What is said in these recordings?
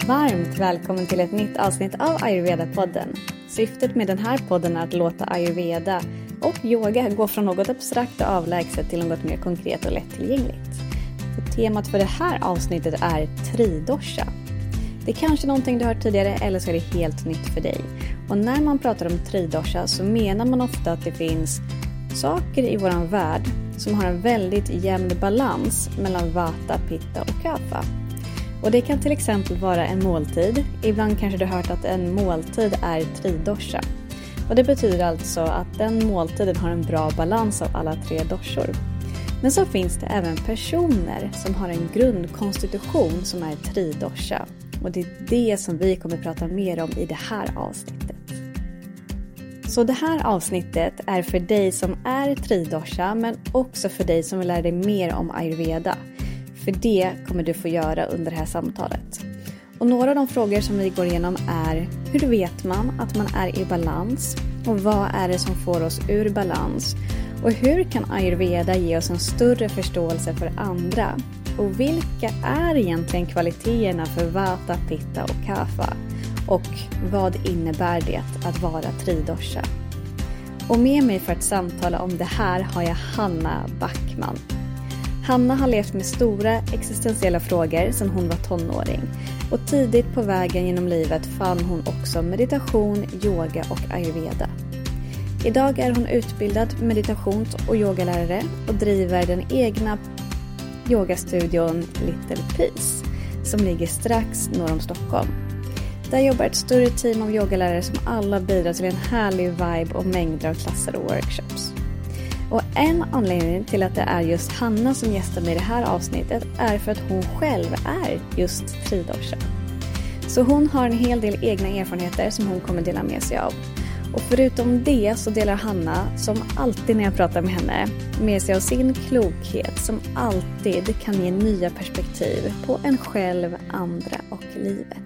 Varmt välkommen till ett nytt avsnitt av Ayurveda-podden. Syftet med den här podden är att låta Ayurveda och yoga gå från något abstrakt och avlägset till något mer konkret och lättillgängligt. Och temat för det här avsnittet är tridosha. Det är kanske någonting du har hört tidigare eller så är det helt nytt för dig. Och när man pratar om tridosha så menar man ofta att det finns saker i våran värld som har en väldigt jämn balans mellan vata, pitta och kapha. Och det kan till exempel vara en måltid. Ibland kanske du har hört att en måltid är tridosha. Och det betyder alltså att den måltiden har en bra balans av alla tre doshor. Men så finns det även personer som har en grundkonstitution som är tridosha. Och det är det som vi kommer prata mer om i det här avsnittet. Så det här avsnittet är för dig som är tridosha men också för dig som vill lära dig mer om Ayurveda. För det kommer du få göra under det här samtalet. Och några av de frågor som vi går igenom är: hur vet man att man är i balans? Och vad är det som får oss ur balans? Och hur kan Ayurveda ge oss en större förståelse för andra? Och vilka är egentligen kvaliteterna för vata, pitta och kapha? Och vad innebär det att vara tridosha? Och med mig för att samtala om det här har jag Hanna Backman. Hanna har levt med stora existentiella frågor sedan hon var tonåring. Och tidigt på vägen genom livet fann hon också meditation, yoga och ayurveda. Idag är hon utbildad meditations- och yogalärare och driver den egna yogastudion Little Peace som ligger strax norr om Stockholm. Där jobbar ett större team av yogalärare som alla bidrar till en härlig vibe och mängder av klasser och workshops. Och en anledning till att det är just Hanna som gästar mig i det här avsnittet är för att hon själv är just tridosha. Så hon har en hel del egna erfarenheter som hon kommer dela med sig av. Och förutom det så delar Hanna, som alltid när jag pratar med henne, med sig av sin klokhet som alltid kan ge nya perspektiv på en själv, andra och livet.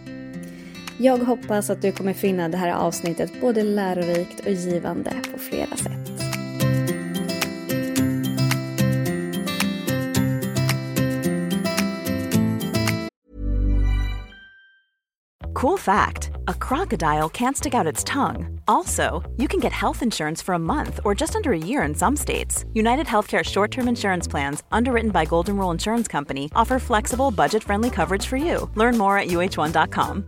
Jag hoppas att du kommer finna det här avsnittet både lärorikt och givande på flera sätt. Cool fact, a crocodile can't stick out its tongue. Also, you can get health insurance for a month or just under a year in some states. United Healthcare short-term insurance plans, underwritten by Golden Rule Insurance Company, offer flexible, budget-friendly coverage for you. Learn more at uh1.com.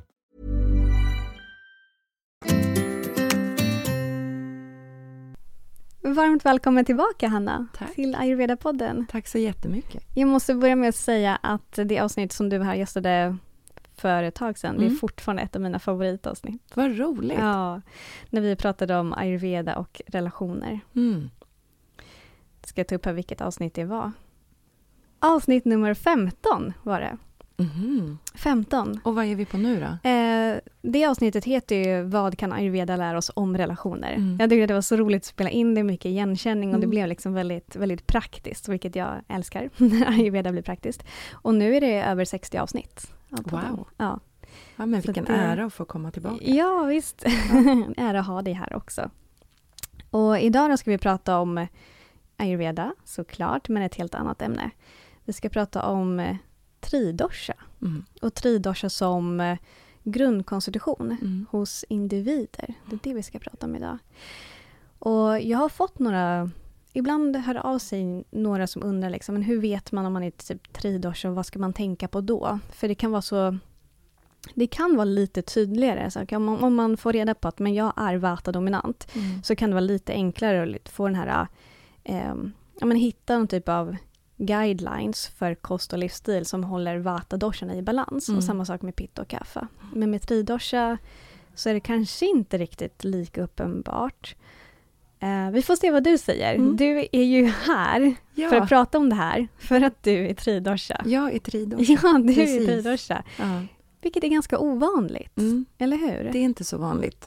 Varmt välkommen tillbaka, Hanna. Tack. Till Ayurveda-podden. Tack så jättemycket. Jag måste börja med att säga att det avsnitt som du här gästade för ett tag sedan, det är fortfarande ett av mina favoritavsnitt. Vad roligt. Ja, när vi pratade om Ayurveda och relationer. Ska jag ta upp här vilket avsnitt det var? Avsnitt nummer 15 var det. 15. Och vad är vi på nu då? Det avsnittet heter ju Vad kan Ayurveda lära oss om relationer? Jag tyckte det var så roligt att spela in det, mycket igenkänning och det blev liksom väldigt, väldigt praktiskt, vilket jag älskar när Ayurveda blir praktiskt. Och nu är det över 60 avsnitt. Wow. Ja. Ja, men vilken ära att få komma tillbaka. Ja, visst. Ära att ha dig här också. Och idag då ska vi prata om Ayurveda, såklart, men ett helt annat ämne. Vi ska prata om tridosha. Och tridosha som grundkonstitution hos individer. Det är det vi ska prata om idag. Och jag har fått några, ibland hör av sig några som undrar liksom, men hur vet man om man är typ tridosha och vad ska man tänka på då? För det kan vara så, det kan vara lite tydligare. Så om man får reda på att men jag är vata-dominant så kan det vara lite enklare att få den här, hitta någon typ av guidelines för kost och livsstil som håller vata-dosharna i balans. Och samma sak med pitta och kapha. Men med tridosha så är det kanske inte riktigt lika uppenbart. Vi får se vad du säger. Du är ju här för att prata om det här. För att du är tridosha. Jag är tridosha. Ja, du är tridosha. Vilket är ganska ovanligt. Eller hur? Det är inte så vanligt.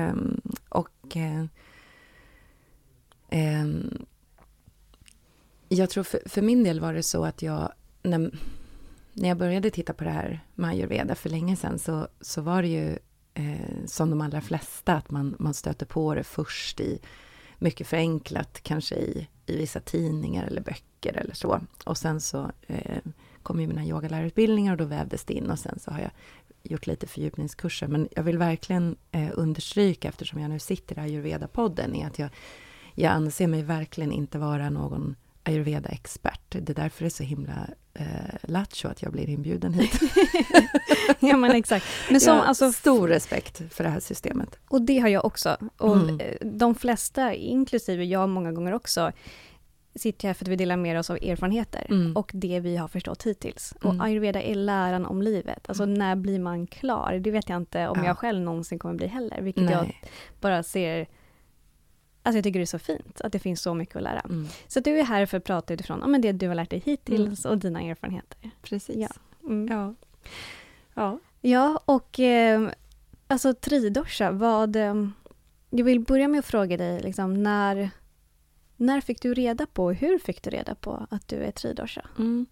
Jag tror för min del var det så att jag, när jag började titta på det här med Ayurveda för länge sedan så var det ju som de allra flesta att man stöter på det först i mycket förenklat, kanske i vissa tidningar eller böcker eller så. Och sen så kom ju mina yogalärarutbildningar och då vävdes det in och sen så har jag gjort lite fördjupningskurser, men jag vill verkligen understryka, eftersom jag nu sitter i Ayurveda-podden, är att jag anser mig verkligen inte vara någon Ayurveda-expert. Det är därför det är så himla lattjo att jag blir inbjuden hit. Ja, men exakt. Men som, alltså, stor respekt för det här systemet. Och det har jag också. Och de flesta, inklusive jag många gånger också, sitter här för att vi delar med oss av erfarenheter och det vi har förstått hittills. Och Ayurveda är läran om livet. Alltså när blir man klar? Det vet jag inte om jag själv någonsin kommer bli heller. Vilket jag bara ser... Alltså jag tycker det är så fint att det finns så mycket att lära. Så du är här för att prata utifrån det du har lärt dig hittills och dina erfarenheter. Precis. Ja. Ja, och alltså tridosha, jag vill börja med att fråga dig liksom, när fick du reda på, hur fick du reda på att du är tridosha?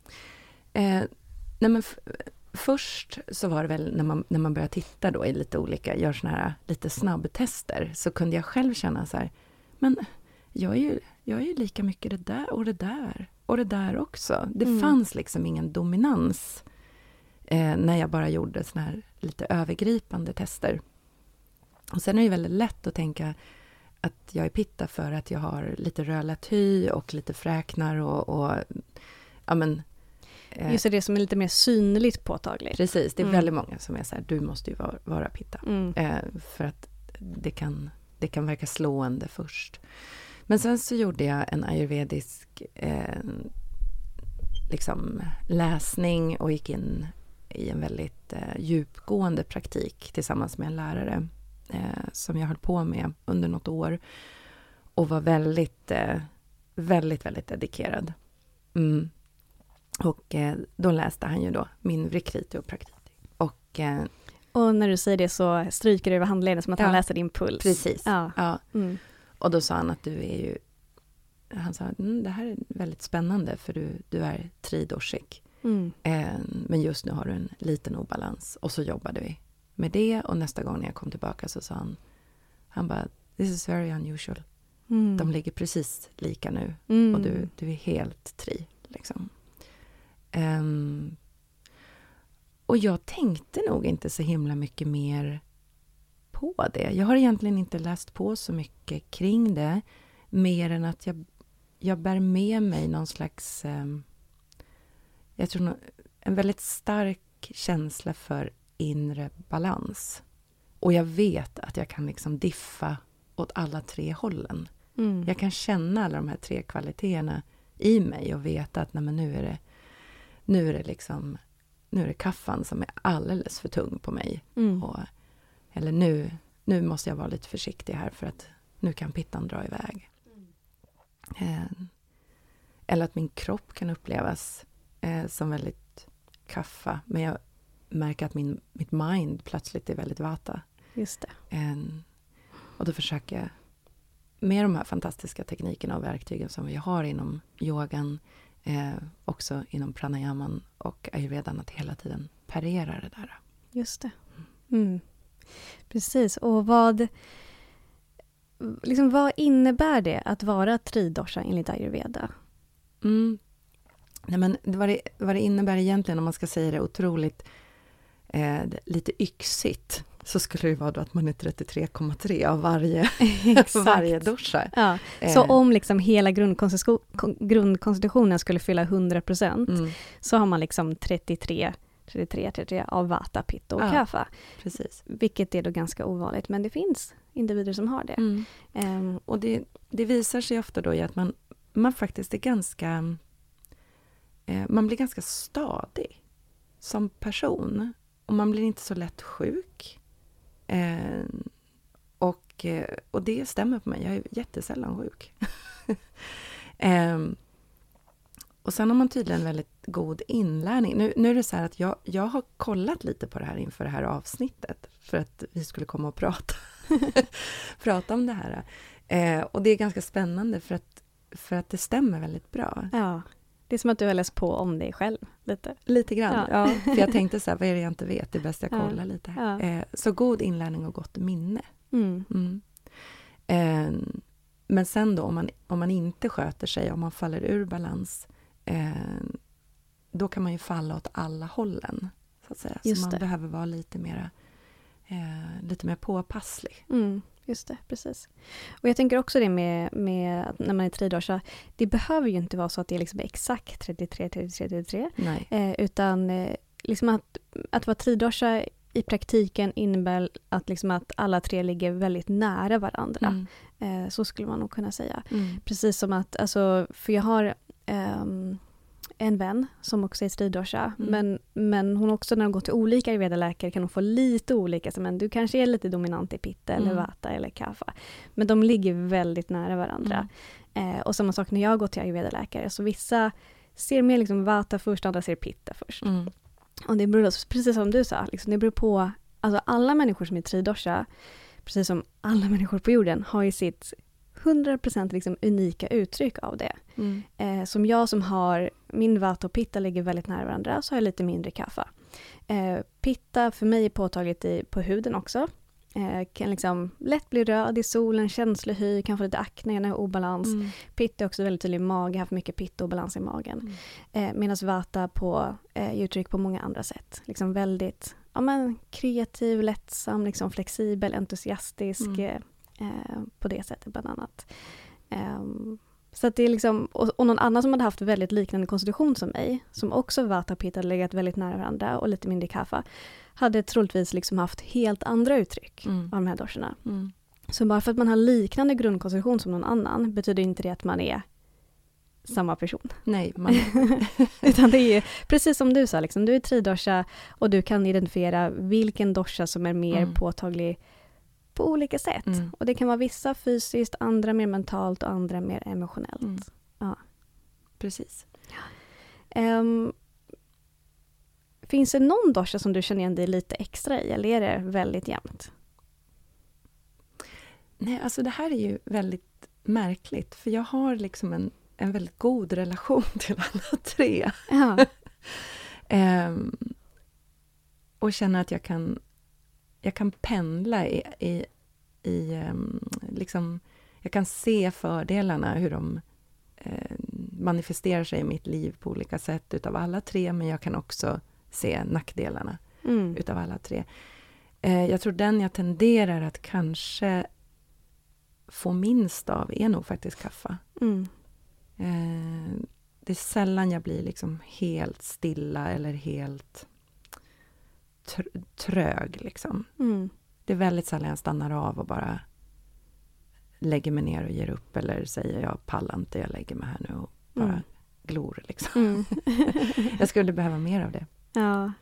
Först så var det väl när man började titta då i lite olika, gör såna här lite snabbtester, så kunde jag själv känna så här, men jag är ju lika mycket det där och det där och det där också. Det fanns liksom ingen dominans när jag bara gjorde såna här lite övergripande tester. Och sen är det väldigt lätt att tänka att jag är pitta för att jag har lite rödlätt hy och lite fräknar och ja men... Just det som är lite mer synligt påtagligt. Precis, det är väldigt många som är så här, du måste ju vara pitta. För att det kan verka slående först. Men sen så gjorde jag en ayurvedisk liksom läsning och gick in i en väldigt djupgående praktik tillsammans med en lärare som jag höll på med under något år och var väldigt, väldigt, väldigt dedikerad. Och då läste han ju då min Vrikriti och Prakriti. Och när du säger det så stryker du över handleden som att han läser din puls. Precis. Ja. Och då sa han att han sa det här är väldigt spännande för du är tridoshik. Men just nu har du en liten obalans. Och så jobbade vi med det. Och nästa gång när jag kom tillbaka så sa han bara, this is very unusual. De ligger precis lika nu. Och du är helt tri. Liksom. Och jag tänkte nog inte så himla mycket mer på det. Jag har egentligen inte läst på så mycket kring det. Mer än att jag bär med mig någon slags... jag tror en väldigt stark känsla för inre balans. Och jag vet att jag kan liksom diffa åt alla tre hållen. Jag kan känna alla de här tre kvaliteterna i mig och veta att nej, men nu är det kaffan som är alldeles för tung på mig. Eller nu måste jag vara lite försiktig här för att nu kan pittan dra iväg. Eller att min kropp kan upplevas som väldigt kaffa. Men jag märker att mitt mind plötsligt är väldigt vata. Just det. Och då försöker jag med de här fantastiska teknikerna och verktygen som vi har inom yogan, också inom pranayaman och ayurvedan, att hela tiden parera det där. Just det. Precis. Och vad innebär det att vara tridosha enligt ayurveda? Nej, men vad det innebär egentligen, om man ska säga det otroligt lite yxigt, så skulle det vara då att man är 33,3 av varje dosha. Ja. Så om liksom hela grundkonstitutionen skulle fylla 100%, så har man liksom 33 av vata, pitta och kapha. Precis. Vilket är då ganska ovanligt, men det finns individer som har det. Och det visar sig ofta då i att man faktiskt är ganska... man blir ganska stadig som person. Och man blir inte så lätt sjuk. Och det stämmer på mig. Jag är jättesällan sjuk. Och sen har man tydligen väldigt god inlärning. Nu är det så här att jag har kollat lite på det här inför det här avsnittet. För att vi skulle komma och prata om det här. Och det är ganska spännande för att det stämmer väldigt bra. Ja. Det är som att du har läst på om dig själv lite. Lite grann, ja. För jag tänkte så här, vad är det jag inte vet? Det är bäst jag kollar lite här. Ja. Så god inlärning och gott minne. Men sen då, om man inte sköter sig, om man faller ur balans, då kan man ju falla åt alla hållen. så att säga. Just så man det. behöver vara lite mer påpasslig. Just det, precis. Och jag tänker också det med att när man är tridosha, det behöver ju inte vara så att det är liksom exakt 33. Nej. Utan liksom att vara tridosha i praktiken innebär att, liksom att alla tre ligger väldigt nära varandra. Så skulle man nog kunna säga. Precis som att, alltså, för jag har en vän som också är tridosha, men hon också när hon går till olika ayurveda-läkare kan hon få lite olika, så men du kanske är lite dominant i pitta eller vata eller kapha. Men de ligger väldigt nära varandra. Och samma sak när jag går till ayurveda-läkare, så vissa ser mer liksom vata först, andra ser pitta först. Och det beror, precis som du sa, liksom, det beror på, alltså alla människor som är tridosha, precis som alla människor på jorden, har ju sitt 100% liksom unika uttryck av det. Som jag som har, min vata och pitta ligger väldigt nära varandra, så har jag lite mindre kapha. Pitta för mig är påtagligt på huden också. Kan liksom lätt bli röd i solen, känslig hy, kan få lite akne, en obalans. Pitta är också väldigt tydlig i magen, jag har haft mycket pitta och balans i magen. Medan vata på uttryck på många andra sätt. Liksom väldigt kreativ, lättsam, liksom flexibel, entusiastisk på det sättet bland annat. Så att det är liksom, och någon annan som hade haft väldigt liknande konstitution som mig, som också vata och pitta hade legat väldigt nära varandra och lite mindre kapha, hade troligtvis liksom haft helt andra uttryck av de här doshorna. Så bara för att man har liknande grundkonstitution som någon annan betyder inte det att man är samma person. Nej, utan det är precis som du sa, liksom, du är tridosha och du kan identifiera vilken dosha som är mer påtaglig på olika sätt. Och det kan vara vissa fysiskt, andra mer mentalt och andra mer emotionellt. Ja. Precis. Finns det någon dosha som du känner igen dig lite extra i, eller är det väldigt jämnt? Nej, alltså det här är ju väldigt märkligt, för jag har liksom en väldigt god relation till alla tre. Ja. Och känner att jag kan pendla i liksom, jag kan se fördelarna, hur de manifesterar sig i mitt liv på olika sätt utav alla tre, men jag kan också se nackdelarna utav alla tre. Jag tror den jag tenderar att kanske få minst av är nog faktiskt kapha. Det är sällan jag blir liksom helt stilla eller helt trög liksom. Det är väldigt sällan jag stannar av och bara lägger mig ner och ger upp, eller säger jag pallar inte, jag lägger mig här nu och bara glor liksom. Jag skulle behöva mer av det. Ja.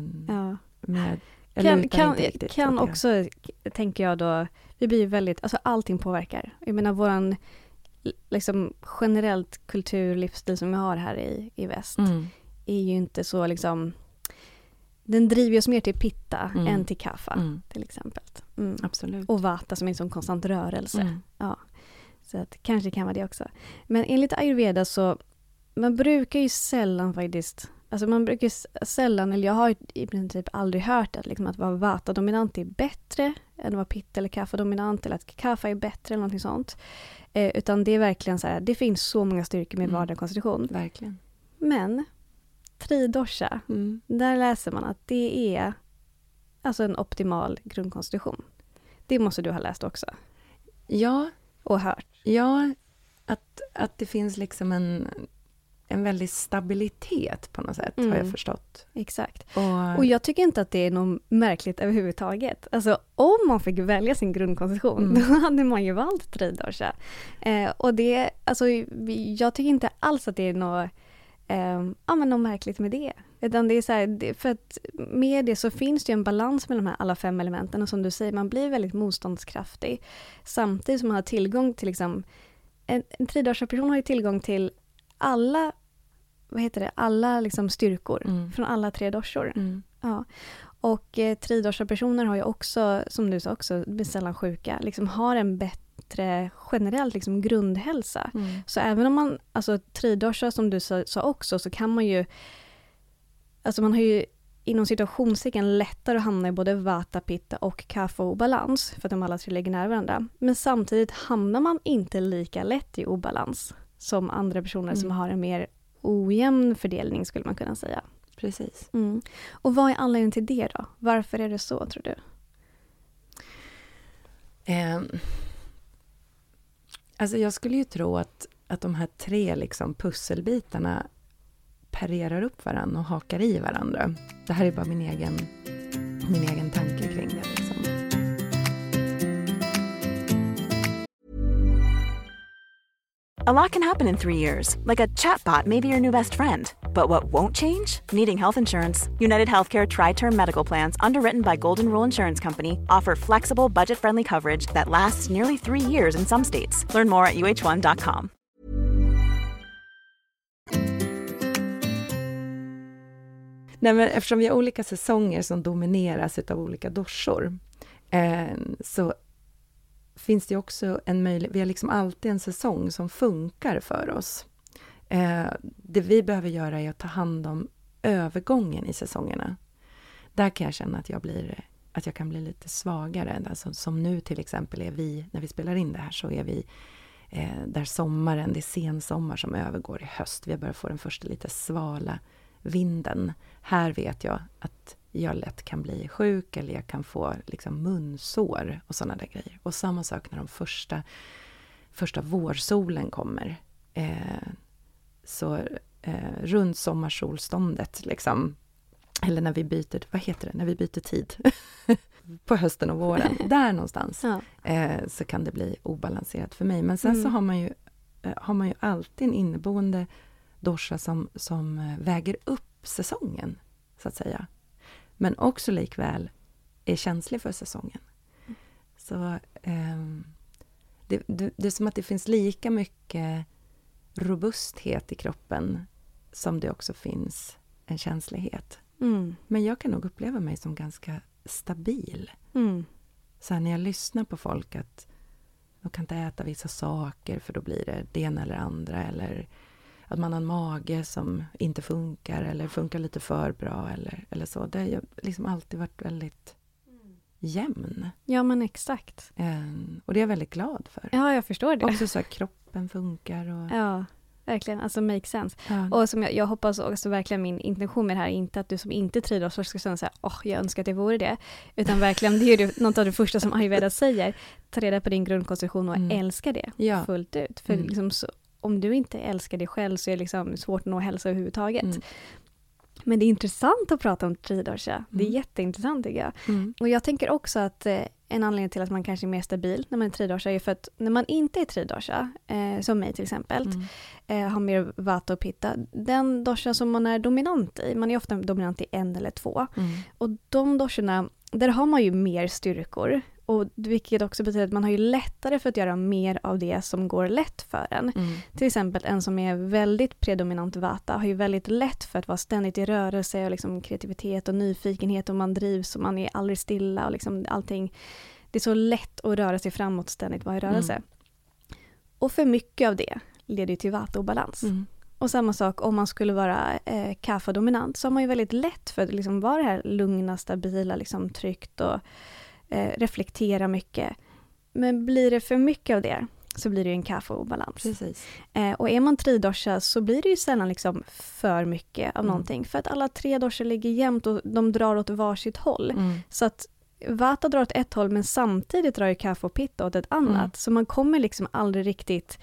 Kan också, tänker jag då, vi blir väldigt, alltså allting påverkar. Jag menar våran liksom generellt kultur, livsstil som vi har här i väst är ju inte så liksom, den driver oss mer till pitta än till kapha till exempel. Absolut. Och vata som är en sån konstant rörelse. Ja. Så att kanske kan vara det också. Men enligt ayurveda så man brukar ju sällan faktiskt, alltså man brukar sällan, eller jag har i princip aldrig hört att, liksom, att vara vata-dominant är bättre än att vara pitta eller kapha-dominant, eller att kapha är bättre eller någonting sånt. Utan det är verkligen så här, det finns så många styrkor med vardera konstitution. Verkligen. Men tridosha, där läser man att det är alltså en optimal grundkonstitution. Det måste du ha läst också. Ja. Och hört. Ja, att det finns liksom en väldig stabilitet på något sätt, har jag förstått. Exakt. Och jag tycker inte att det är något märkligt överhuvudtaget. Alltså om man fick välja sin grundkonstitution, då hade man ju valt tridosha. Och det, alltså jag tycker inte alls att det är något märkligt med det. Utan det är så här, för att med det så finns det ju en balans med de här alla 5 elementen, och som du säger, man blir väldigt motståndskraftig samtidigt som man har tillgång till liksom, en tridosha-person har ju tillgång till alla alla liksom styrkor från alla 3 doshor. Ja. Och tridosha-personer har ju också, som du sa också, blir sällan sjuka, liksom har en bättre generellt liksom grundhälsa. Så även om man, alltså tridosha som du sa också, så kan man ju, alltså man har ju inom situationstecken lättare att hamna i både vata, pitta och kapha obalans, för att de alla 3 ligger nära varandra. Men samtidigt hamnar man inte lika lätt i obalans som andra personer som har en mer ojämn fördelning, skulle man kunna säga. Precis. Och vad är anledningen till det då? Varför är det så, tror du? Alltså jag skulle ju tro att de här 3 liksom pusselbitarna parerar upp varandra och hakar i varandra. Det här är bara min egen tanke kring det. Liksom. A lot can happen in 3 years, like a chatbot may be your new best friend. But what won't change? Needing health insurance. United Healthcare Tri-Term Medical Plans, underwritten by Golden Rule Insurance Company, offer flexible, budget-friendly coverage that lasts nearly 3 years in some states. Learn more at uh1.com. Nej, men eftersom vi har olika säsonger som domineras av olika doshor, så finns det också en möjlighet. Vi har liksom alltid en säsong som funkar för oss. Det vi behöver göra är att ta hand om övergången i säsongerna. Där kan jag känna att jag kan bli lite svagare. Alltså, som nu till exempel är vi, när vi spelar in det här, så är vi där sommaren, det är sensommar som övergår i höst. Vi börjar få den första lite svala vinden. Här vet jag att jag lätt kan bli sjuk eller jag kan få liksom munsår och sådana där grejer. Och samma sak när de första vårsolen kommer. Så runt sommarsolståndet liksom, eller när vi byter tid på hösten och våren, där någonstans, så kan det bli obalanserat för mig. Men sen så har man ju alltid en inneboende dosha som väger upp säsongen, så att säga. Men också likväl är känslig för säsongen. Så det är som att det finns lika mycket robusthet i kroppen som det också finns en känslighet. Men jag kan nog uppleva mig som ganska stabil. Så här, när jag lyssnar på folk att de kan inte äta vissa saker för då blir det ena eller andra, eller att man har en mage som inte funkar eller funkar lite för bra eller så. Det har jag liksom alltid varit väldigt jämn. Ja, men exakt. Och det är jag väldigt glad för. Ja, jag förstår det. Också så att kroppen funkar. Och... Ja, verkligen. Alltså make sense. Ja. Och som jag hoppas också verkligen, min intention med det här är inte att du som inte trivs ska känna så här, jag önskar att det vore det. Utan verkligen, det är ju något av det första som Ayurveda säger. Ta reda på din grundkonstitution och älska det fullt ut. För liksom så, om du inte älskar dig själv så är det liksom svårt att nå hälsa överhuvudtaget. Men det är intressant att prata om tridosha. Det är jätteintressant, tycker jag. Och jag tänker också att en anledning till att man kanske är mer stabil när man är tridosha är för att när man inte är tridosha, som mig till exempel, har mer vata och pitta, den dosha som man är dominant i, man är ofta dominant i 1 eller 2. Och de doshorna, där har man ju mer styrkor. Och vilket också betyder att man har ju lättare för att göra mer av det som går lätt för en. Till exempel en som är väldigt predominant vata har ju väldigt lätt för att vara ständigt i rörelse och liksom kreativitet och nyfikenhet, och man drivs och man är aldrig stilla och liksom allting. Det är så lätt att röra sig framåt, ständigt vara i rörelse. Och för mycket av det leder ju till vata-obalans. Och samma sak om man skulle vara kapha-dominant, så har man ju väldigt lätt för att liksom vara det här lugna, stabila, liksom tryggt och reflektera mycket. Men blir det för mycket av det så blir det en kapha-obalans. Precis. Och är man tridosha så blir det ju sällan liksom för mycket av någonting. För att alla 3 doshor ligger jämnt och de drar åt varsitt håll. Så att vata drar åt ett håll, men samtidigt drar ju kapha och pitta åt ett annat. Så man kommer liksom aldrig riktigt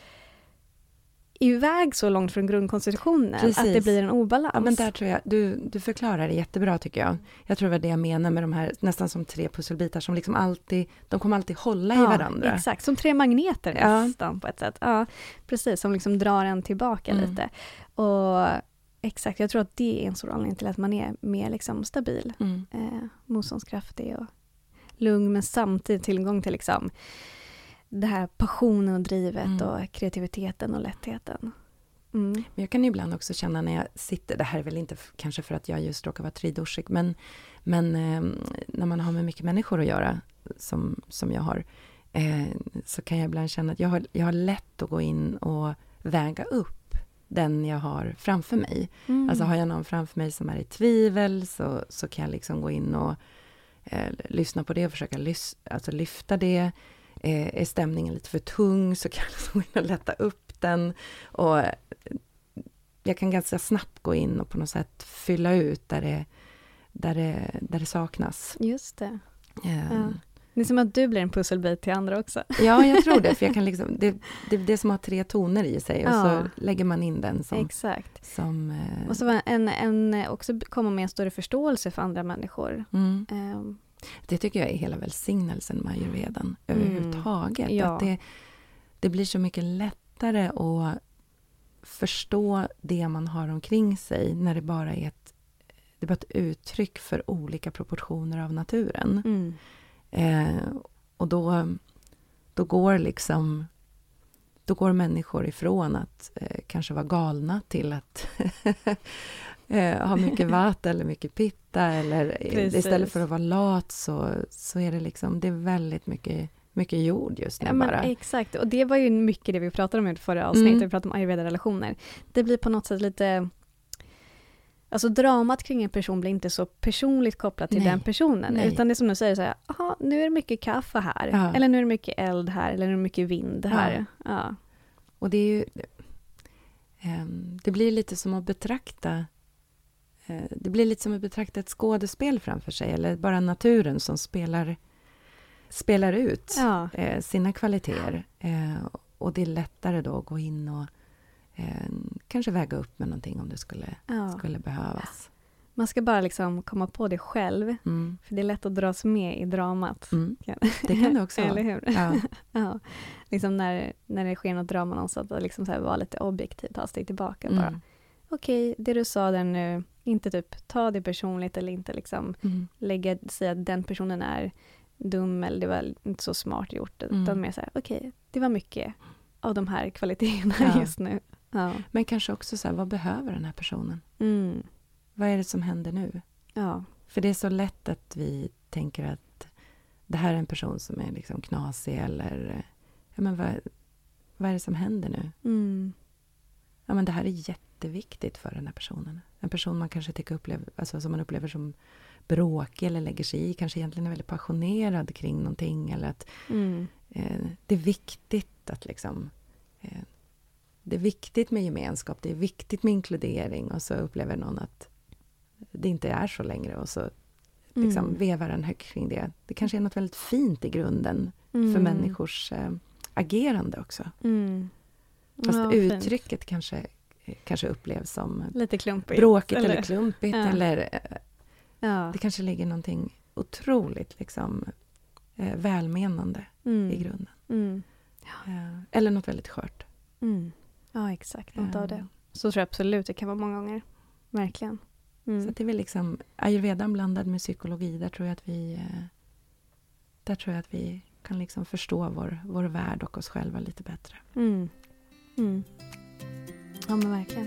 iväg så långt från grundkonstitutionen. Precis. Att det blir en obalans. Ja, men där tror jag, du förklarar det jättebra, tycker jag. Jag tror det var det jag menar med de här nästan som 3 pusselbitar som liksom alltid, de kommer alltid hålla i varandra. Exakt, som 3 magneter nästan på ett sätt. Ja, precis, som liksom drar en tillbaka lite. Och exakt, jag tror att det är en stor anledning till att man är mer liksom stabil, motståndskraftig och lugn, men samtidigt tillgång till liksom det här passionen och drivet och kreativiteten och lättheten. Men jag kan ibland också känna när jag sitter, det här är väl inte kanske för att jag just råkar vara tridoshik, men när man har med mycket människor att göra, som jag har, så kan jag ibland känna att jag har lätt att gå in och väga upp den jag har framför mig. Alltså har jag någon framför mig som är i tvivel, så kan jag liksom gå in och lyssna på det och försöka lyfta det. Är stämningen lite för tung så kan jag gå in och lätta upp den. Och jag kan ganska snabbt gå in och på något sätt fylla ut där det saknas. Just det. Det är som att du blir en pusselbit till andra också. Ja, jag tror det. För jag kan liksom, det som har 3 toner i sig. Och så lägger man in den som... Exakt. Som, och så också komma med en större förståelse för andra människor. Det tycker jag är hela välsignelsen med ayurvedan överhuvudtaget. Ja. Att det blir så mycket lättare att förstå det man har omkring sig när det bara är ett uttryck för olika proportioner av naturen. Och då går människor ifrån att kanske vara galna till att ha mycket vatt eller mycket pitta, eller istället för att vara lat så är det liksom, det är väldigt mycket jord just nu bara. Exakt, och det var ju mycket det vi pratade om i förra avsnittet, vi pratade om ayurveda-relationer. Det blir på något sätt lite... Alltså dramat kring en person blir inte så personligt kopplat till den personen. Utan det är som du säger så här, aha, nu är det mycket kaffe här. Ja. Eller nu är det mycket eld här. Eller nu är det mycket vind här. Ja. Och det är ju... det blir lite som att betrakta... det blir lite som att betrakta ett skådespel framför sig. Eller bara naturen som spelar ut sina kvaliteter. Och det är lättare då att gå in och kanske väga upp med någonting om det skulle behövas. Man ska bara liksom komma på det själv. För det är lätt att dras med i dramat. Det kan det också vara. Eller hur? Ja. Liksom när det sker något drama någonstans, att liksom så här vara lite objektiv, ta steg tillbaka. Bara, okej, det du sa där nu, inte typ ta det personligt eller inte liksom säga att den personen är dum eller det var inte så smart gjort. Utan mer så här, okej, det var mycket av de här kvaliteterna just nu. Ja. Men kanske också så här, vad behöver den här personen? Vad är det som händer nu? Ja. För det är så lätt att vi tänker att det här är en person som är liksom knasig eller men vad är det som händer nu? Ja, men det här är jätteviktigt för den här personen. En person man kanske som man upplever som bråkig eller lägger sig i, kanske egentligen är väldigt passionerad kring någonting, eller att det är viktigt att liksom det är viktigt med gemenskap, det är viktigt med inkludering, och så upplever någon att det inte är så längre, och så liksom vevar den högt kring det. Det kanske är något väldigt fint i grunden för människors agerande också. Fast uttrycket kanske upplevs som lite klumpigt, bråkigt eller klumpigt, eller det kanske ligger någonting otroligt liksom välmenande i grunden. Eller något väldigt skört. Ja, exakt. Något av det. Så tror jag absolut det kan vara många gånger. Verkligen. Så att det är väl liksom ayurvedan blandad med psykologi. Där tror jag att vi kan liksom förstå vår värld och oss själva lite bättre. Ja, men verkligen.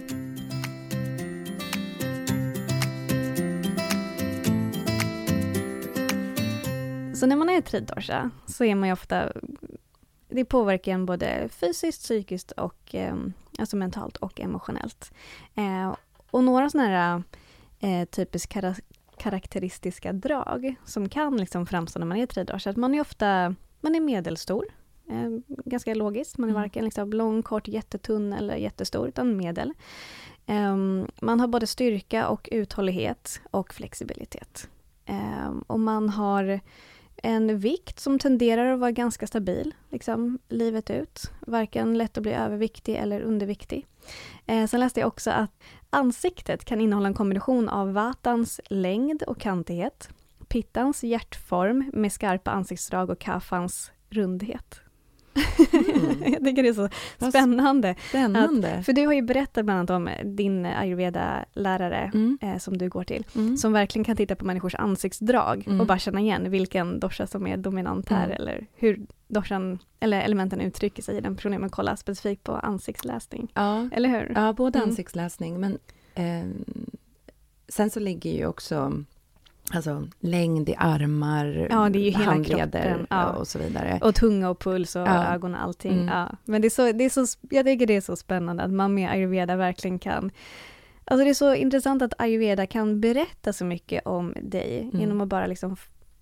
Så när man är tridosha så är man ju ofta... Det påverkar en både fysiskt, psykiskt och alltså mentalt och emotionellt. Och några sådana här typiskt karaktäristiska drag som kan liksom framstå när man är tridosha. Att man är medelstor. Ganska logiskt. Man är varken liksom lång, kort, jättetunn eller jättestor, utan medel. Man har både styrka och uthållighet och flexibilitet. Och man har en vikt som tenderar att vara ganska stabil liksom, livet ut. Varken lätt att bli överviktig eller underviktig. Sen läste jag också att ansiktet kan innehålla en kombination av vatans längd och kantighet, pittans hjärtform med skarpa ansiktsdrag och kaffans rundhet. Jag tycker det är så spännande. För du har ju berättat bland annat om din ayurveda-lärare som du går till. Som verkligen kan titta på människors ansiktsdrag och bara känna igen vilken dosha som är dominant här. Eller hur doshan eller elementen uttrycker sig i den personen. Man kollar specifikt på ansiktsläsning. Ja. Eller hur? Ja, både ansiktsläsning. Men sen så ligger ju också... Alltså längd i armar, det är ju hela handleder och så vidare. Och tunga och puls och ögon och allting. Men det är så, jag tycker det är så spännande att man med ayurveda verkligen kan... Alltså det är så intressant att ayurveda kan berätta så mycket om dig genom att bara liksom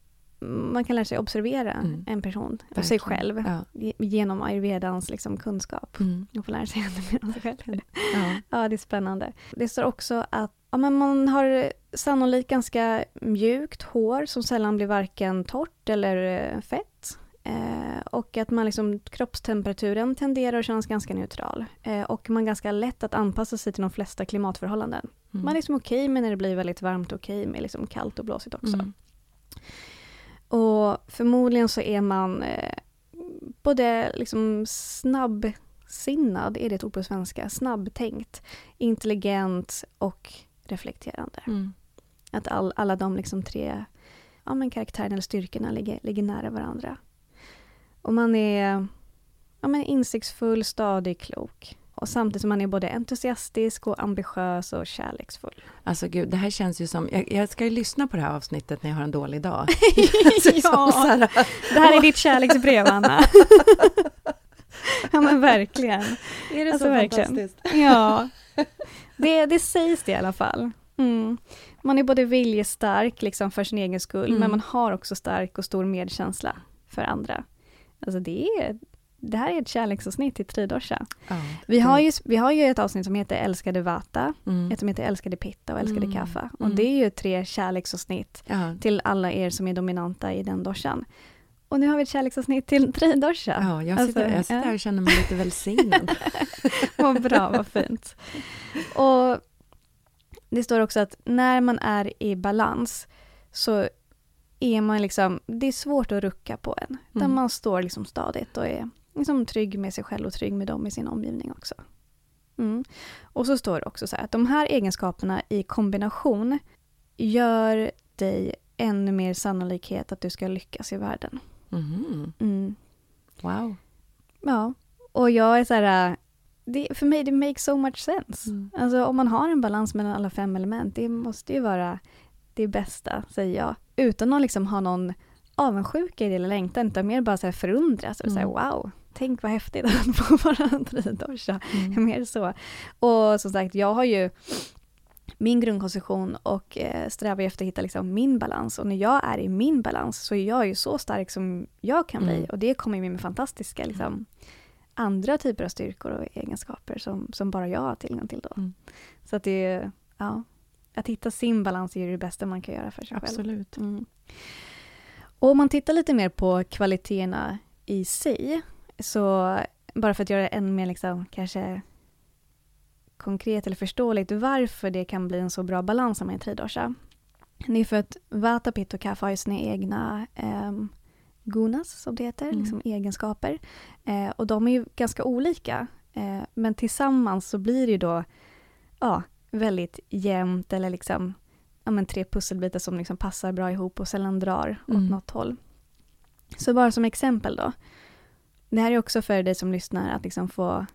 man kan lära sig observera en person och sig själv genom ayurvedans liksom kunskap. Och få lära sig ännu mer om sig själv. Ja, det är spännande. Det står också att men man har sannolikt ganska mjukt hår som sällan blir varken torrt eller fett. Och att man liksom, kroppstemperaturen tenderar att kännas ganska neutral. Och man är ganska lätt att anpassa sig till de flesta klimatförhållanden. Man är liksom okej med när det blir väldigt varmt och okej med liksom kallt och blåsigt också. Och förmodligen så är man både liksom snabbsinnad, är det ett ord på svenska, snabbtänkt, intelligent och reflekterande. Att alla de liksom 3 karaktärerna eller styrkorna ligger nära varandra. Och man är insiktsfull, stadig, klok. Och samtidigt som man är både entusiastisk och ambitiös och kärleksfull. Alltså gud, det här känns ju som... Jag ska ju lyssna på det här avsnittet när jag har en dålig dag. Det här är ditt kärleksbrev, Anna. Ja, men verkligen. Är det så fantastiskt? Ja, det sägs det i alla fall. Man är både viljestark liksom för sin egen skull, men man har också stark och stor medkänsla för andra. Alltså det här är ett kärleksavsnitt i Tridosha. Vi har ju ett avsnitt som heter Älskade Vata, ett som heter Älskade Pitta och Älskade Kapha. Och det är ju 3 kärleksavsnitt till alla er som är dominanta i den doshan. Och nu har vi ett kärleksavsnitt till Tridosha. Ja, jag sitter här och känner mig lite välsignad. Vad bra, vad fint. Och det står också att när man är i balans så är man liksom, det är svårt att rucka på en. Där man står liksom stadigt och är liksom trygg med sig själv och trygg med dem i sin omgivning också. Och så står det också så här att de här egenskaperna i kombination gör dig ännu mer sannolikhet att du ska lyckas i världen. Wow. Ja, och jag är så här, för mig det makes so much sense. Alltså om man har en balans mellan alla 5 element, det måste ju vara det bästa, säger jag. Utan att liksom ha någon avundsjuka i det eller längtan, utan mer bara så här förundras och säga wow, tänk vad häftigt att få vara en Tridosha. Mer så. Och som sagt, jag har ju min grundkonstitution och strävar efter att hitta liksom min balans. Och när jag är i min balans så är jag ju så stark som jag kan bli. Och det kommer med fantastiska liksom, andra typer av styrkor och egenskaper som bara jag har tillgång till då. Så att det är, att hitta sin balans är det bästa man kan göra för sig själv. Absolut. Och om man tittar lite mer på kvaliteterna i sig, så bara för att göra det ännu mer liksom, kanske konkret eller förståeligt varför det kan bli en så bra balans med en Tridosha. Det är för att Vata, Pitta och Kapha har sina egna gunas, som det heter, liksom egenskaper. Och de är ju ganska olika. Men tillsammans så blir det ju då väldigt jämnt eller liksom 3 pusselbitar som liksom passar bra ihop och sällan drar åt något håll. Så bara som exempel då. Det här är också för dig som lyssnar att liksom få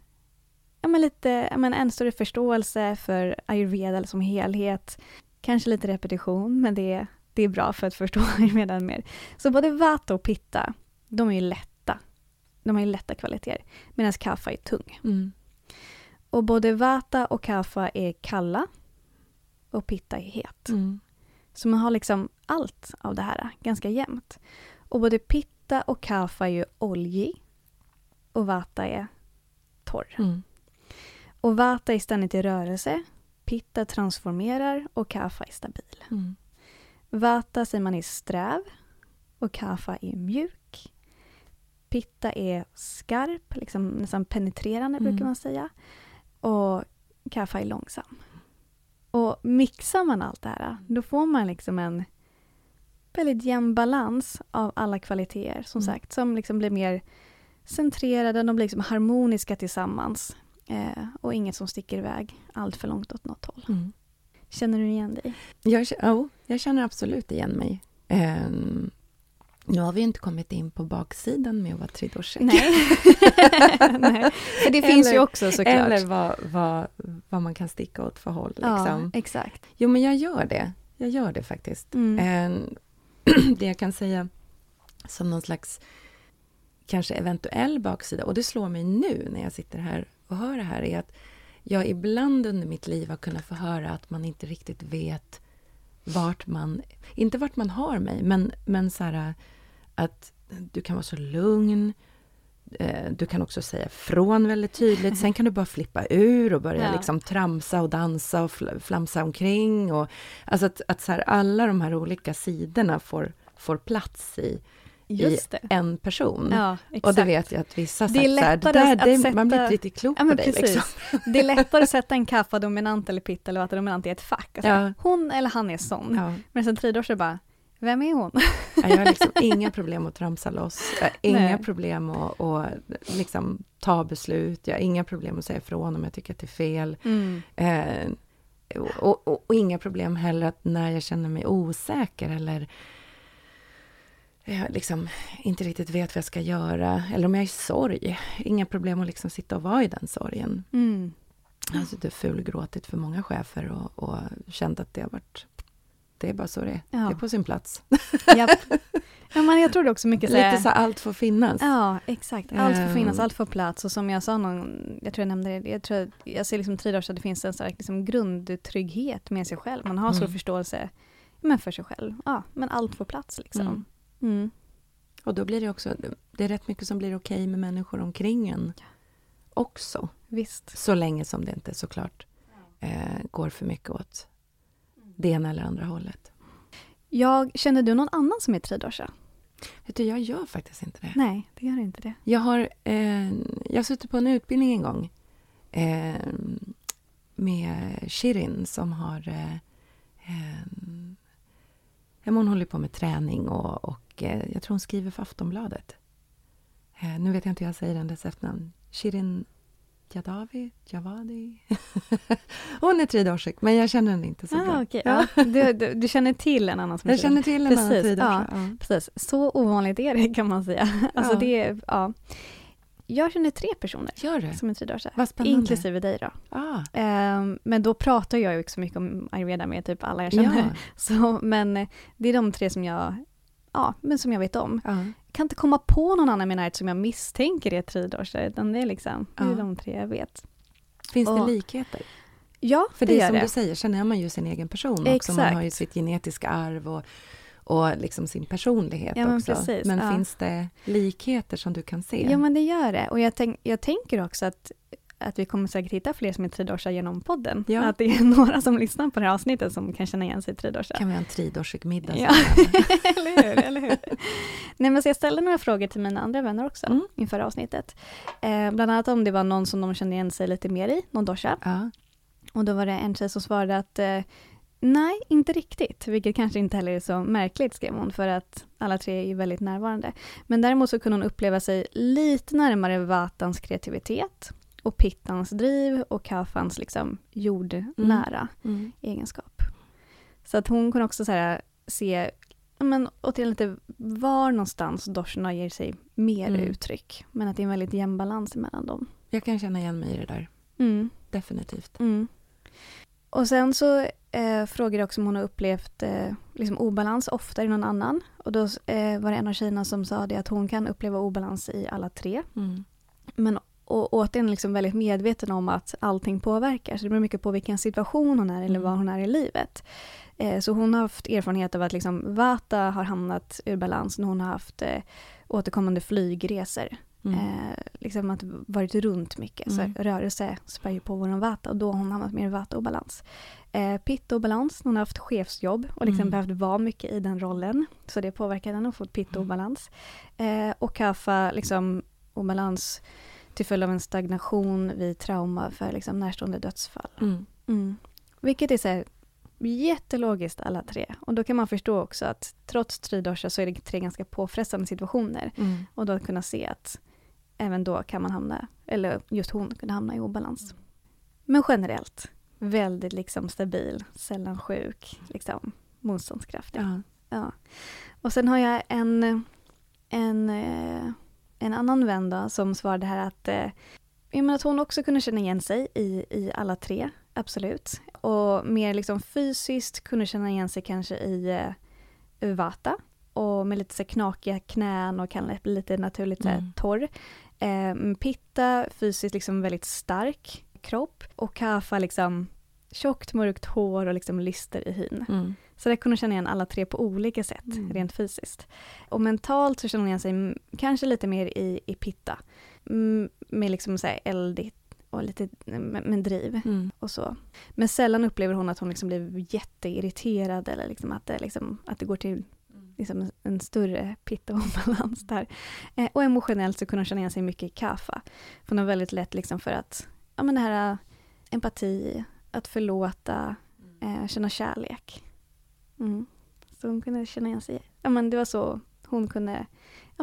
en större förståelse för ayurveda som helhet. Kanske lite repetition, men det är bra för att förstå ayurveda mer. Så både Vata och Pitta, de är ju lätta. De har ju lätta kvaliteter. Medan Kapha är tung. Och både Vata och Kapha är kalla. Och Pitta är het. Så man har liksom allt av det här ganska jämnt. Och både Pitta och Kapha är ju oljig. Och Vata är torr. Och Vata är ständigt i rörelse. Pitta transformerar och Kapha är stabil. Vata säger man är sträv. Och Kapha är mjuk. Pitta är skarp, liksom nästan penetrerande brukar man säga. Och Kapha är långsam. Och mixar man allt det här, då får man liksom en väldigt jämn balans av alla kvaliteter, som sagt, som liksom blir mer centrerade, de blir liksom harmoniska tillsammans. Och inget som sticker iväg allt för långt åt något håll. Känner du igen dig? Jag känner absolut igen mig. Nu har vi inte kommit in på baksidan med att vara Tridosha. Nej. Nej. För det finns ju också såklart. Eller vad man kan sticka åt för håll. Liksom. Ja, exakt. Jo, men jag gör det. Jag gör det faktiskt. Det jag kan säga som någon slags kanske eventuell baksida, och det slår mig nu när jag sitter här och hör det här, är att jag ibland under mitt liv har kunnat få höra att man inte riktigt vet inte vart man har mig, men så här, att du kan vara så lugn. Du kan också säga ifrån väldigt tydligt. Sen kan du bara flippa ur och börja liksom tramsa och dansa och flamsa omkring. Och, alltså att så här, alla de här olika sidorna får plats i en person. Ja, exakt. Och det vet jag att vissa det är lättare att sätta... Man blir inte riktigt klok på dig. Liksom. Det är lättare att sätta en kappa-dominant eller pitta eller vata-dominant i ett fack. Alltså, hon eller han är sån. Ja. Men sen 3 år så bara, vem är hon? Jag har liksom inga problem att tramsa loss. Inga problem att liksom ta beslut. Jag har inga problem att säga ifrån om jag tycker att det är fel. Och inga problem heller att när jag känner mig osäker eller jag liksom inte riktigt vet vad jag ska göra. Eller om jag är i sorg. Inga problem att liksom sitta och vara i den sorgen. Alltså det är fulgråtigt för många chefer och känt att det har varit... Det är bara så det är. Det är på sin plats. Japp. Ja, men jag tror det också mycket lite så allt får finnas. Ja, exakt. Allt får finnas, allt får plats. Och som jag sa jag tror jag nämnde det, jag ser liksom 3 år så att det finns en stark liksom grundtrygghet med sig själv. Man har så förståelse för sig själv. Ja, men allt får plats liksom. Och då blir det också, det är rätt mycket som blir okej med människor omkring en också. Visst. Så länge som det inte såklart går för mycket åt det ena eller andra hållet. Känner du någon annan som är 3-årsdag? Vet du, jag gör faktiskt inte det. Nej, det gör inte det. Jag har suttit på en utbildning en gång med Shirin som har hon håller på med träning och jag tror hon skriver för Aftonbladet. Nu vet jag inte hur jag säger hennes efternamn. Shirin Javadi. Hon är 3-årsdag, men jag känner henne inte så bra. Okay. Ja. Du känner till en annan som jag känner till en annan 3-årsdag. Ja, precis. Så ovanligt är det kan man säga. Alltså det är, jag känner 3 personer som är 3-årsdag. Vad spännande. Inklusive dig då. Men då pratar jag ju också mycket om ayurveda med typ alla jag känner. Ja. Så, men det är de 3 som som jag vet om. Jag kan inte komma på någon annan minärd som jag misstänker är 3-årsdag, utan det är liksom det är de 3 jag vet. Finns det likheter? Ja, för det som du säger, känner man ju sin egen person också. Man har ju sitt genetiska arv och liksom sin personlighet också. Precis, men finns det likheter som du kan se? Ja, men det gör det. Och jag tänker också att vi kommer säkert hitta fler som är 3-årsdag genom podden. Ja. Att det är några som lyssnar på det här avsnittet som kan känna igen sig i 3-årsdag. Kan vi ha en 3-årsig middag? Ja, eller hur? Nej, men så jag ställde några frågor till mina andra vänner också inför avsnittet. Bland annat om det var någon som de kände igen sig lite mer i, någon dosha. Ja. Och då var det en tjej som svarade att nej, inte riktigt. Vilket kanske inte heller är så märkligt, skrev hon, för att alla 3 är ju väldigt närvarande. Men däremot så kunde hon uppleva sig lite närmare vatans kreativitet och pittans driv och kaffans liksom jordnära egenskap. Så att hon kunde också så här se återigen lite var någonstans doshorna ger sig mer uttryck. Men att det är en väldigt jämn balans mellan dem. Jag kan känna igen mig i det där. Definitivt. Och sen så frågade jag också om hon har upplevt liksom obalans ofta i någon annan. Och då var det en av tjejerna som sa det att hon kan uppleva obalans i alla 3. Men och återigen liksom väldigt medveten om att allting påverkar. Så det beror mycket på vilken situation hon är eller var hon är i livet. Så hon har haft erfarenhet av att liksom vata har hamnat ur balans när hon har haft återkommande flygresor. Liksom att varit runt mycket. Så rörelse spär ju på vår vata och då har hon hamnat mer i vata-obalans. Pitta-obalans, hon har haft chefsjobb och liksom behövt vara mycket i den rollen. Så det påverkar henne och fått pitta-obalans. Och kaffa, liksom obalans till följd av en stagnation vid trauma för liksom närstående dödsfall. Vilket är så här jättelogiskt alla 3. Och då kan man förstå också att trots 3-dosha så är det 3 ganska påfrestande situationer. Och då kunna se att även då kan man hamna, eller just hon kunde hamna i obalans. Men generellt, väldigt liksom stabil, sällan sjuk, liksom motståndskraftig. Ja. Och sen har jag en annan vän då, som svarade här att hon också kunde känna igen sig i alla 3, absolut. Och mer liksom fysiskt kunde känna igen sig kanske i vata. Och med lite så knakiga knän och kan bli lite naturligt torr. Pitta fysiskt liksom väldigt stark kropp. Och kaffa liksom tjockt mörkt hår och liksom lyster i hyn. Så där kunde hon känna igen alla 3 på olika sätt, rent fysiskt. Och mentalt så känner hon igen sig kanske lite mer i pitta. Med liksom så här eldigt och lite med driv och så. Men sällan upplever hon att hon liksom blir jätteirriterad eller liksom att det går till liksom en större pitta och balans där. Och emotionellt så kunde hon känna igen sig mycket i Kapha. För hon har väldigt lätt liksom för att, ja men det här empati, att förlåta, känna kärlek. Så hon kunde känna igen sig. Ja men det var så hon kunde, ja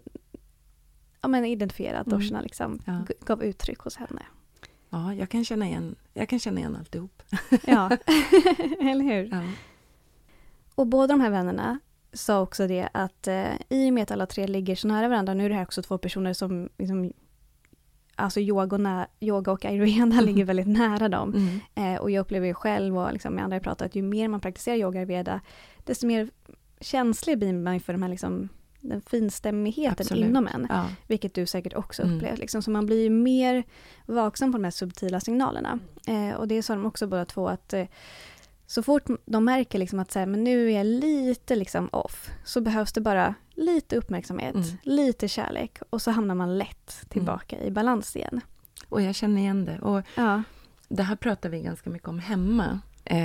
men identifiera att Doshna liksom gav uttryck hos henne. Ja, jag kan känna igen alltihop. Ja, eller hur? Ja. Och båda de här vännerna sa också det att i och med att alla 3 ligger så nära varandra, nu är det här också 2 personer som liksom, alltså yoga och ayurveda ligger väldigt nära dem. Och jag upplever ju själv och liksom med andra jag pratar att ju mer man praktiserar yoga och ayurveda, desto mer känslig blir man för de här liksom, den finstämmigheten inom en. Ja. Vilket du säkert också upplevt. Liksom. Så man blir ju mer vaksam på de här subtila signalerna. Och det sa de också båda 2 att så fort de märker liksom att så här, men nu är jag lite liksom off, så behövs det bara lite uppmärksamhet, lite kärlek och så hamnar man lätt tillbaka i balans igen. Och jag känner igen det. Och det här pratar vi ganska mycket om hemma.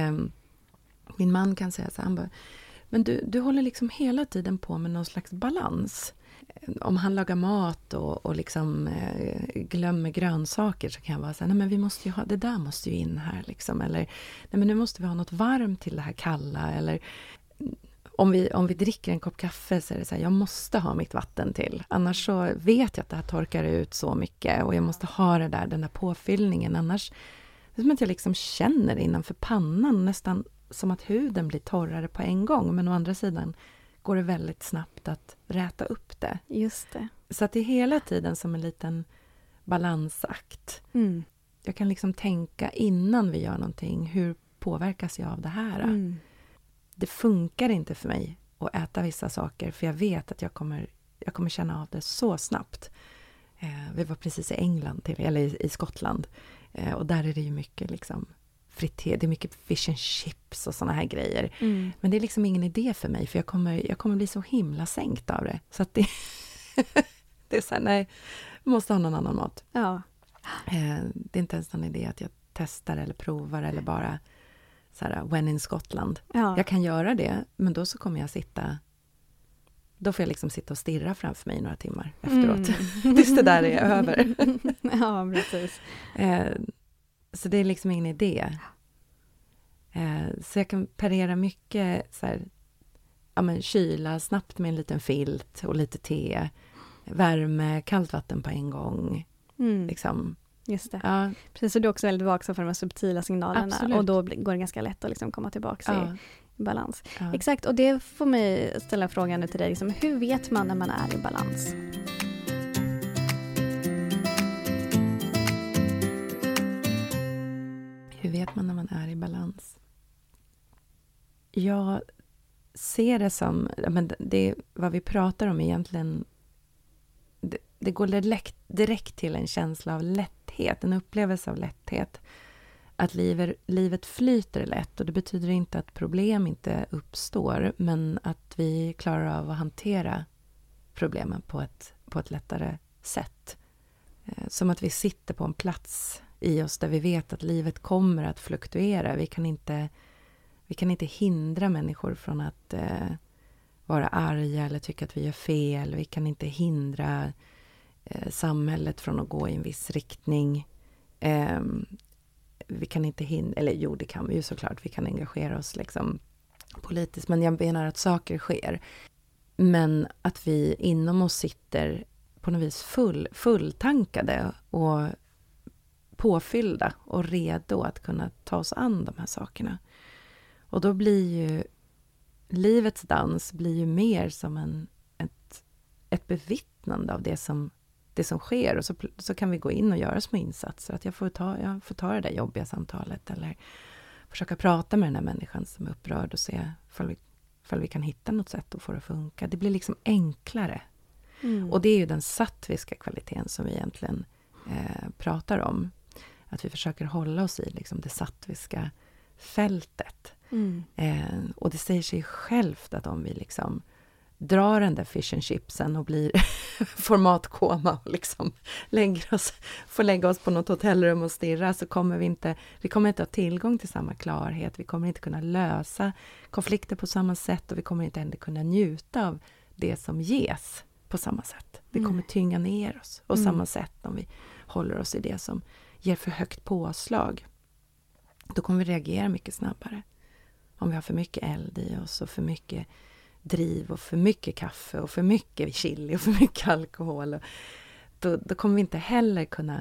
Min man kan säga så här, han bara, men du håller liksom hela tiden på med någon slags balans. Om han lagar mat och liksom glömmer grönsaker så kan jag vara så här, nej men vi måste ju ha, det där måste ju in här liksom. Eller, nej men nu måste vi ha något varmt till det här kalla. Eller om vi dricker en kopp kaffe så är det så här, jag måste ha mitt vatten till. Annars så vet jag att det här torkar ut så mycket och jag måste ha den där påfyllningen. Annars, det är som att jag liksom känner innanför pannan nästan som att huden blir torrare på en gång. Men å andra sidan går det väldigt snabbt att räta upp det. Just det. Så att det är hela tiden som en liten balansakt. Jag kan liksom tänka innan vi gör någonting, hur påverkas jag av det här? Det funkar inte för mig att äta vissa saker, för jag vet att jag kommer känna av det så snabbt. Vi var precis i England, eller i Skottland, och där är det ju mycket liksom friter, det är mycket fish and chips och såna här grejer. Men det är liksom ingen idé för mig, för jag kommer bli så himla sänkt av det. Så att det är så här, nej, vi måste ha någon annan mat. Ja. Det är inte ens någon idé att jag testar eller provar eller bara så här, when in Skottland. Ja. Jag kan göra det, men då så kommer jag då får jag liksom sitta och stirra framför mig några timmar efteråt. Tills det där är över. Ja, precis. Så det är liksom ingen idé. Så jag kan parera mycket så här, ja men kyla snabbt med en liten filt och lite te. Värme, kallt vatten på en gång. Liksom. Just det. Ja. Precis, så du är också väldigt vaksam för de här subtila signalerna. Absolut. Och då går det ganska lätt att liksom komma tillbaka i balans. Ja. Exakt, och det får mig ställa frågan nu till dig. Liksom, hur vet man när man är i balans? Hur vet man när man är i balans? Jag ser det som, men det vad vi pratar om egentligen, det går direkt till en känsla av lätthet, en upplevelse av lätthet. Att livet flyter lätt, och det betyder inte att problem inte uppstår, men att vi klarar av att hantera problemen på ett lättare sätt. Som att vi sitter på en plats i oss där vi vet att livet kommer att fluktuera. Vi kan inte hindra människor från att vara arga eller tycka att vi gör fel. Vi kan inte hindra samhället från att gå i en viss riktning. Vi kan inte eller jo, det kan vi ju såklart. Vi kan engagera oss liksom politiskt, men jag menar att saker sker. Men att vi inom oss sitter på något vis fulltankade och påfyllda och redo att kunna ta oss an de här sakerna. Och då blir ju livets dans blir ju mer som ett bevittnande av det som sker, och så kan vi gå in och göra små insatser. Att jag får ta det där jobbiga samtalet, eller försöka prata med den här människan som är upprörd och se ifall vi kan hitta något sätt att få det att funka. Det blir liksom enklare. Och det är ju den sattviska kvaliteten som vi egentligen pratar om. Att vi försöker hålla oss i liksom det sattviska fältet. Och det säger sig självt att om vi liksom drar den där fish and chipsen och blir formatkoma och liksom får lägga oss på något hotellrum och stirra, så kommer vi kommer inte ha tillgång till samma klarhet, vi kommer inte kunna lösa konflikter på samma sätt och vi kommer inte ändå kunna njuta av det som ges på samma sätt. Det kommer tynga ner oss på samma sätt om vi håller oss i det som ger för högt påslag. Då kommer vi reagera mycket snabbare. Om vi har för mycket eld i oss och för mycket driv och för mycket kaffe och för mycket chili och för mycket alkohol. Då kommer vi inte heller kunna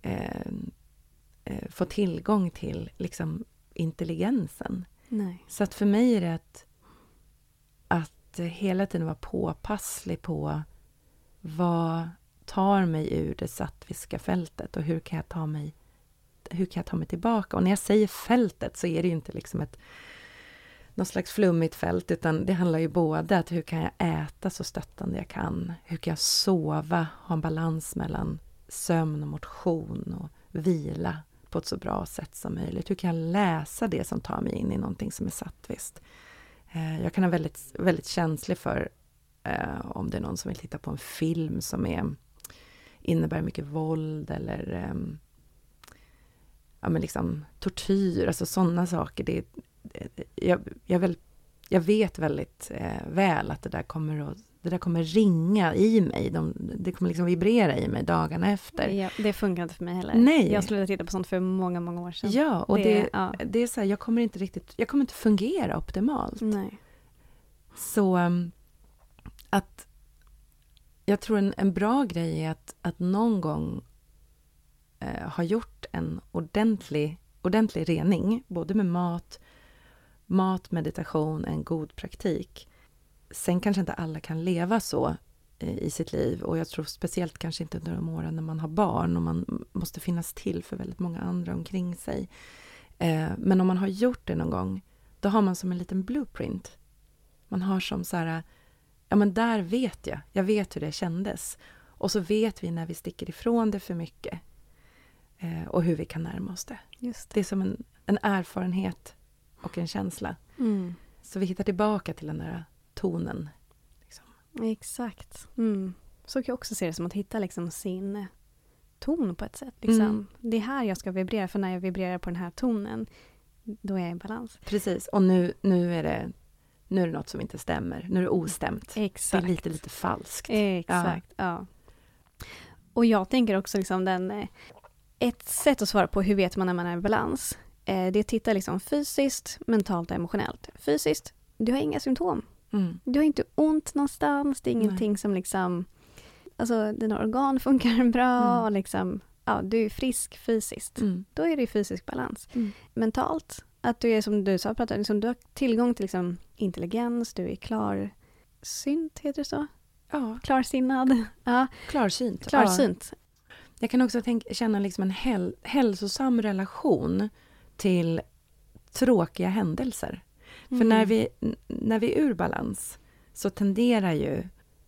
få tillgång till liksom intelligensen. Nej. Så att för mig är det att hela tiden vara påpasslig på vad tar mig ur det sattviska fältet och hur kan jag ta mig tillbaka. Och när jag säger fältet så är det ju inte liksom något slags flummigt fält, utan det handlar ju både att hur kan jag äta så stöttande jag kan, hur kan jag sova, ha en balans mellan sömn och motion och vila på ett så bra sätt som möjligt. Hur kan jag läsa det som tar mig in i någonting som är sattvisst? Jag kan ha väldigt, väldigt känslig för om det är någon som vill titta på en film som innebär mycket våld eller men liksom tortyr, alltså sådana saker. Jag vet väldigt väl att det där kommer ringa i mig. Det kommer liksom vibrera i mig dagarna efter. Ja, det funkar inte för mig heller. Nej. Jag slutade titta på sånt för många, många år sedan. Ja, och det är så här, jag kommer inte fungera optimalt. Nej. Så att jag tror en bra grej är att någon gång ha gjort en ordentlig rening, både med mat, meditation, en god praktik. Sen kanske inte alla kan leva så i sitt liv, och jag tror speciellt kanske inte under de åren när man har barn och man måste finnas till för väldigt många andra omkring sig. Men om man har gjort det någon gång, då har man som en liten blueprint. Man har som så här, ja men där vet jag vet hur det kändes. Och så vet vi när vi sticker ifrån det för mycket och hur vi kan närma oss det. Just det. Det är som en erfarenhet och en känsla. Så vi hittar tillbaka till den där tonen. Liksom. Exakt. Så kan jag också se det som att hitta liksom sin ton på ett sätt. Liksom. Det är här jag ska vibrera, för när jag vibrerar på den här tonen, då är jag i balans. Precis, och nu är det något som inte stämmer. Nu är det ostämt. Exakt. Det är lite falskt. Exakt, ja. Och jag tänker också liksom ett sätt att svara på hur vet man när man är i balans, det är att titta liksom fysiskt, mentalt och emotionellt. Fysiskt, du har inga symptom. Du har inte ont någonstans. Det är ingenting som liksom, alltså dina organ funkar bra och liksom, ja, du är frisk fysiskt. Då är det i fysisk balans. Mentalt, att du är som du sa, liksom, du har tillgång till liksom intelligens, du är klarsynt, heter det så? Ja. Klarsinnad. Ja. Klarsynt. Ja. Jag kan också känna liksom en hälsosam relation till tråkiga händelser. För när vi är ur balans så tenderar ju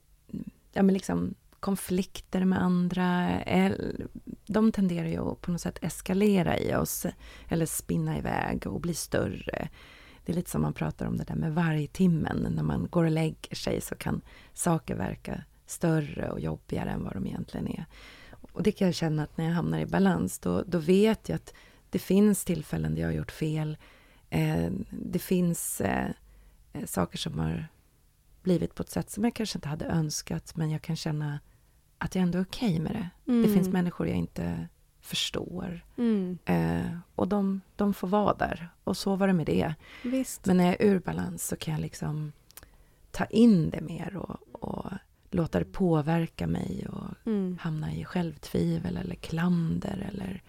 liksom konflikter med andra, de tenderar ju att på något sätt eskalera i oss eller spinna iväg och bli större. Det är lite som man pratar om det där med vargtimmen. När man går och lägger sig så kan saker verka större och jobbigare än vad de egentligen är. Och det kan jag känna att när jag hamnar i balans, då vet jag att det finns tillfällen där jag har gjort fel. Det finns saker som har blivit på ett sätt som jag kanske inte hade önskat, men jag kan känna att jag ändå är okej med det. Det finns människor jag inte förstår. Och de får vara där. Och så var det med det. Visst. Men när jag är ur balans så kan jag liksom ta in det mer och låta det påverka mig och hamna i självtvivel eller klander eller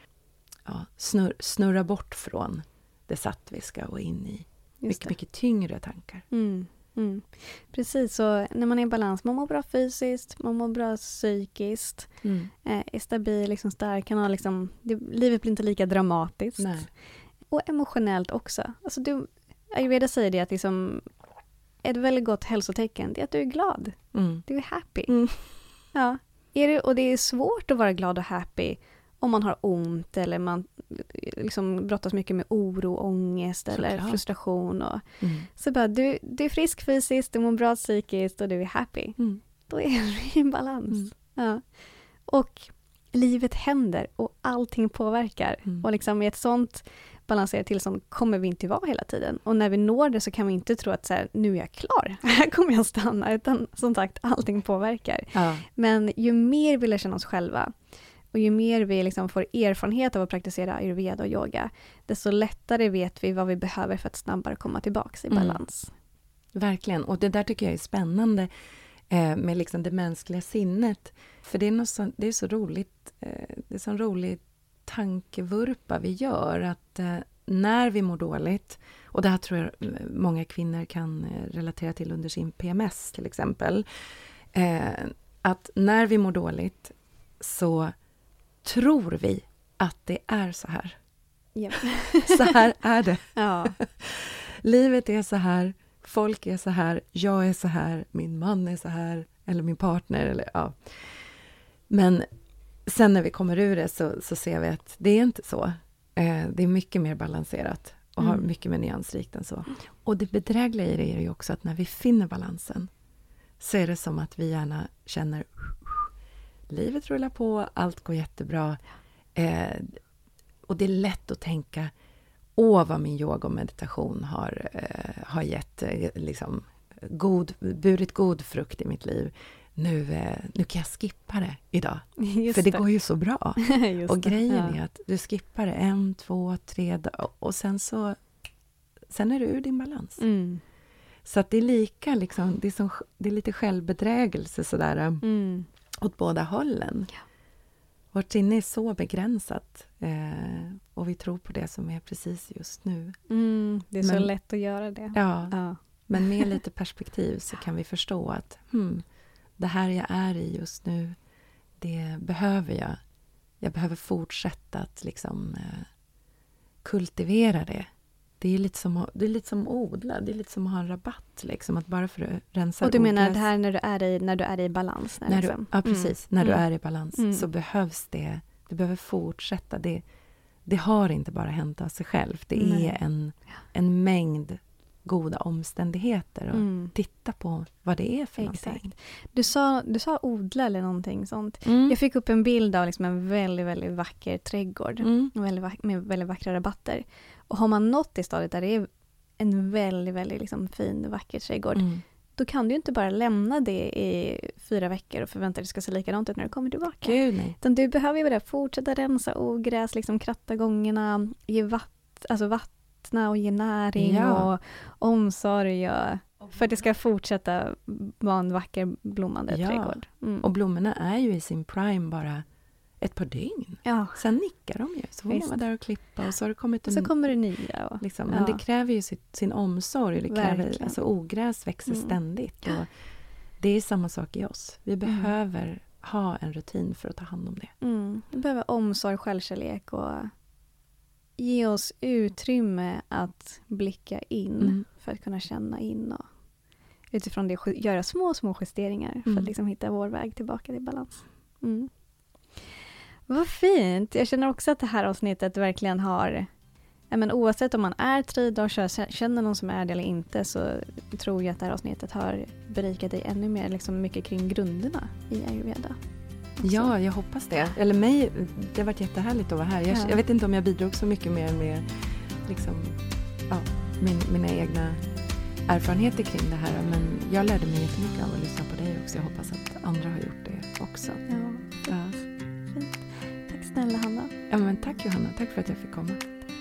snurra bort från det sattviska och in i mycket tyngre tankar. Precis, så när man är i balans, man mår bra fysiskt, man mår bra psykiskt, är stabil, liksom stark, kan ha liksom, livet blir inte lika dramatiskt. Nej. Och emotionellt också. Alltså Ayurveda säger det att liksom, ett väldigt gott hälsotecken är att du är glad. Du är happy. Ja. Och det är svårt att vara glad och happy om man har ont eller man liksom brottas mycket med oro, ångest eller frustration. Och, så bara, du är frisk fysiskt, du mår bra psykiskt och du är happy. Då är du i balans. Ja. Och livet händer och allting påverkar. Och liksom i ett sånt balanserat tillstånd kommer vi inte vara hela tiden. Och när vi når det så kan vi inte tro att så här, nu är jag klar, här kommer jag stanna. Utan som sagt, allting påverkar. Ja. Men ju mer vi lär känna oss själva och ju mer vi liksom får erfarenhet av att praktisera ayurveda och yoga, desto lättare vet vi vad vi behöver för att snabbare komma tillbaka i balans. Verkligen, och det där tycker jag är spännande med liksom det mänskliga sinnet. För det är så roligt, det är så roligt tankevurpa vi gör, att när vi mår dåligt, och det här tror jag många kvinnor kan relatera till under sin PMS till exempel, att när vi mår dåligt så tror vi att det är så här. Yep. Så här är det. Ja. Livet är så här, folk är så här, jag är så här, min man är så här, eller min partner, eller ja. Men sen när vi kommer ur det så ser vi att det är inte så. Det är mycket mer balanserat och har mycket mer nyansrikt än så. Och det bedrägliga i det är ju också att när vi finner balansen så är det som att vi gärna känner livet rullar på, allt går jättebra. Och det är lätt att tänka, vad min yoga och meditation har gett liksom burit god frukt i mitt liv. Nu kan jag skippa det idag. För det går ju så bra. Och grejen är att du skippar det 1, 2, 3 dagar. Och sen är du ur din balans. Så att det är lika liksom, det är lite självbedrägelse sådär. Åt båda hållen. Ja. Vårt sinne är så begränsat. Och vi tror på det som är precis just nu. Det är så lätt att göra det. Ja. Men med lite perspektiv så kan vi förstå att det här jag är i just nu, det behöver jag. Jag behöver fortsätta att liksom kultivera det. Det är lite som att odla. Det är lite som att ha en rabatt. Liksom, att bara för att rensa. Och du menar det här när du är i balans? Ja, precis. När du är i balans så behövs det. Du behöver fortsätta. Det har inte bara hänt av sig själv. Det är en mängd goda omständigheter och titta på vad det är för någonting. Du sa odla eller någonting sånt. Jag fick upp en bild av liksom en väldigt, väldigt vacker trädgård med väldigt vackra rabatter. Och har man nått i stadiet där det är en väldigt, väldigt liksom fin, vacker trädgård, då kan du ju inte bara lämna det i 4 veckor och förvänta dig att det ska se likadant ut när du kommer tillbaka. Gud, nej. Utan du behöver ju fortsätta rensa ogräs, liksom kratta gångerna, ge vattna och ge näring och omsorg för att det ska fortsätta vara en vacker blommande trädgård. Och blommorna är ju i sin prime bara ett par dygn. Ja. Sen nickar de ju. Så får man vara där och klippa och så har det kommit så kommer det nya. Liksom. Men det kräver ju sin omsorg. Det kräver, alltså, ogräs växer ständigt. Och det är samma sak i oss. Vi behöver ha en rutin för att ta hand om det. Vi behöver omsorg, självkärlek och ge oss utrymme att blicka in för att kunna känna in och utifrån det göra små justeringar för att liksom hitta vår väg tillbaka till balans. Vad fint! Jag känner också att det här avsnittet verkligen har, oavsett om man är trid och känner någon som är det eller inte, så tror jag att det här avsnittet har berikat dig ännu mer liksom mycket kring grunderna i ayurveda. Ja, jag hoppas det. Eller mig, det har varit jättehärligt att vara här. Jag vet inte om jag bidrog så mycket mer med liksom, mina egna erfarenheter kring det här. Men jag lärde mig jättemycket av att lyssna på dig också. Jag hoppas att andra har gjort det också. Ja. Fint. Tack snälla Hanna. Ja, men tack Johanna. Tack för att jag fick komma.